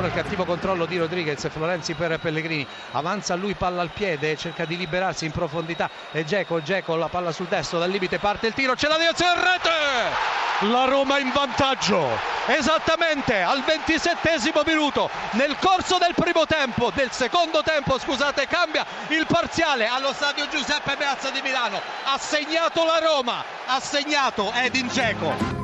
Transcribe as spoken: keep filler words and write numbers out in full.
buono il cattivo controllo di Rodriguez, Florenzi per Pellegrini, avanza lui, palla al piede, cerca di liberarsi in profondità e Dzeko, Dzeko la palla sul destro, dal limite parte il tiro, c'è la direzione in rete, la Roma in vantaggio esattamente al ventisettesimo minuto, nel corso del primo tempo, del secondo tempo scusate, cambia il parziale allo stadio Giuseppe Meazza di Milano, ha segnato la Roma, ha segnato Edin Dzeko.